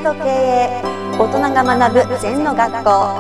と経営、大人が学ぶ禅の学校。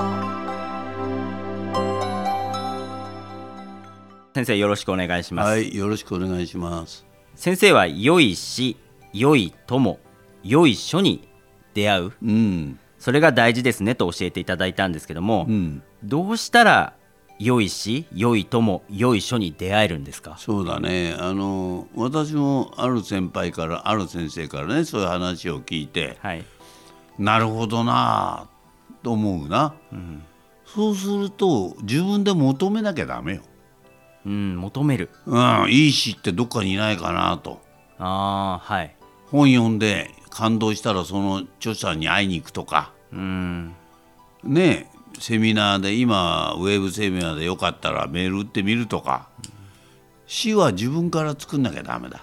先生、よろしくお願いします。 はい、よろしくお願いします。 先生は良い師、良い友、良い書に出会う、それが大事ですねと教えていただいたんですけども、どうしたら良い師、良い友、良い書に出会えるんですか？ そうだね、私もある先輩からある先生からね、そういう話を聞いて、なるほどなと思うな、そうすると自分で求めなきゃダメよ。 求める、 いい詩ってどっかにいないかなと。本読んで感動したらその著者に会いに行くとか、ね、セミナーで今ウェブセミナーでよかったらメール打ってみるとか、詩は自分から作んなきゃダメだ。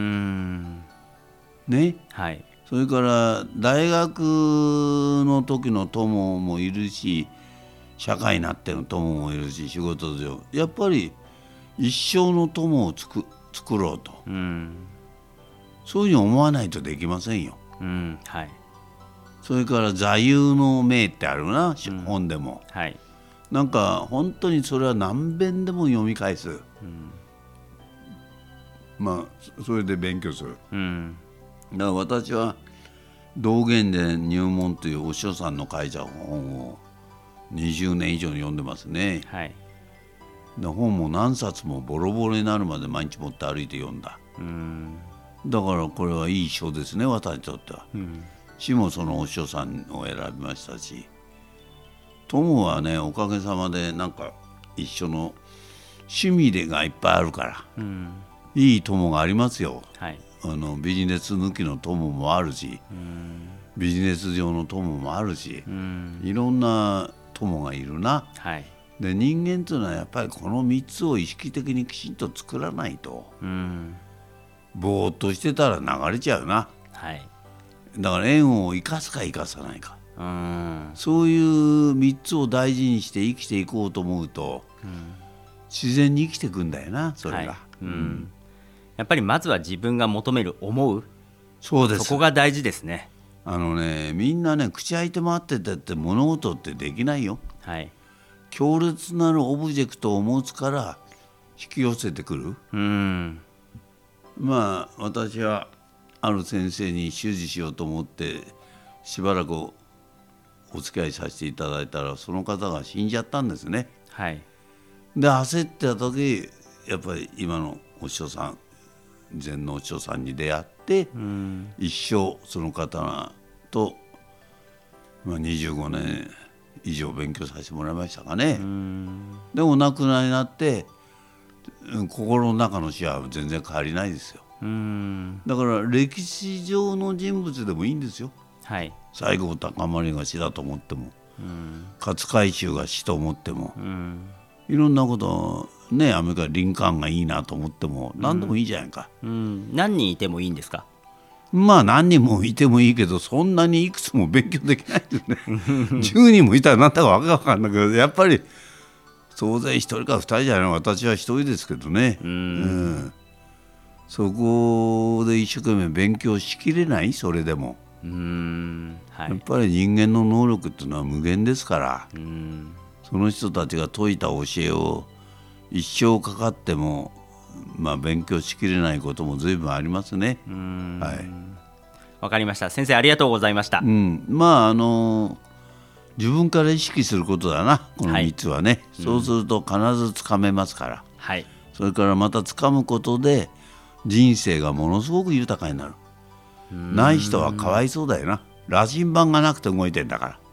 ね、それから大学の時の友もいるし、社会になっての友もいるし、仕事上やっぱり一生の友を作ろうと、そういうふうに思わないとできませんよ。それから座右の銘ってあるな、本でも、なんか本当にそれは何遍でも読み返す、それで勉強する、だから私は道元伝入門というお師匠さんの書いた本を20年以上読んでますね。本も何冊もボロボロになるまで毎日持って歩いて読んだ。だからこれはいい書ですね、私にとっては。師もそのお師匠さんを選びましたし、友はね、おかげさまでなんか一緒の趣味がいっぱいあるから、いい友がありますよ。ビジネス抜きの友もあるし、ビジネス上の友もあるし、いろんな友がいるな。で、人間というのはやっぱりこの3つを意識的にきちんと作らないと、ぼーっとしてたら流れちゃうな。だから縁を生かすか生かさないか、そういう3つを大事にして生きていこうと思うと、自然に生きていくんだよな、それが。 やっぱりまずは自分が求める思う、 そうです。 そこが大事ですね。 みんなね、口開いて回ってたって物事ってできないよ。強烈なるオブジェクトを持つから引き寄せてくる。私はある先生に師事しようと思ってしばらくお付き合いさせていただいたら、その方が死んじゃったんですね。で、焦ってた時、やっぱり今のお師匠さん、禅のお師匠さんに出会って、一生その方と、25年以上勉強させてもらいましたかね。でもお亡くなりになって、心の中の死は全然変わりないですよ。だから歴史上の人物でもいいんですよ。西郷隆盛が死だと思っても、勝海舟が死と思っても、いろんなことね、アメリカリンカーンがいいなと思っても何でもいいじゃないか。 何人いてもいいんですか？ 何人もいてもいいけど、そんなにいくつも勉強できないですね。10人もいたらなんだかわかんないけど、やっぱり当然1人か2人じゃない。私は1人ですけどね。そこで一生懸命勉強しきれない。それでもやっぱり人間の能力っていうのは無限ですから、その人たちが説いた教えを一生かかっても勉強しきれないことも随分ありますね。 わかりました。先生、ありがとうございました。 自分から意識することだな、この3つはね。そうすると必ずつかめますから、それからまたつかむことで人生がものすごく豊かになる。ない人はかわいそうだよな。羅針盤がなくて動いてんだから。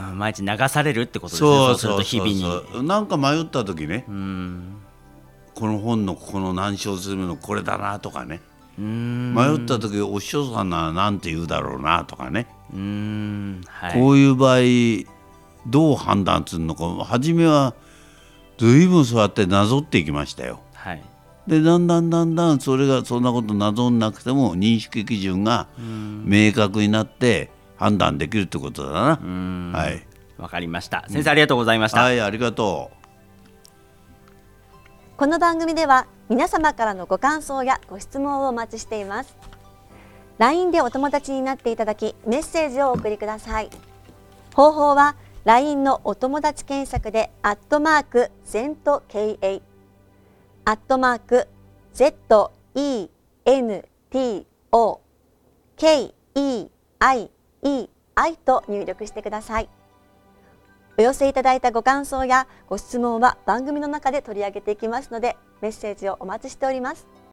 毎日流されるってことですね。そうすると日々になんか迷った時ね、この本のここの何章するのこれだなとかね、迷った時お師匠さんなら何て言うだろうなとかね、こういう場合どう判断するのか、初めは随分そうやってなぞっていきましたよ。で、だんだんそれがそんなことなぞんなくても認識基準が明確になって判断できるってことだな。 わかりました。先生、ありがとうございました。 ありがとう。 この番組では皆様からのご感想やご質問をお待ちしています。 LINE でお友達になっていただき、メッセージをお送りください。方法は LINE のお友達検索で@ZENTKEI@ZENTOKEIEI と入力してください。お寄せいただいたご感想やご質問は番組の中で取り上げていきますので、メッセージをお待ちしております。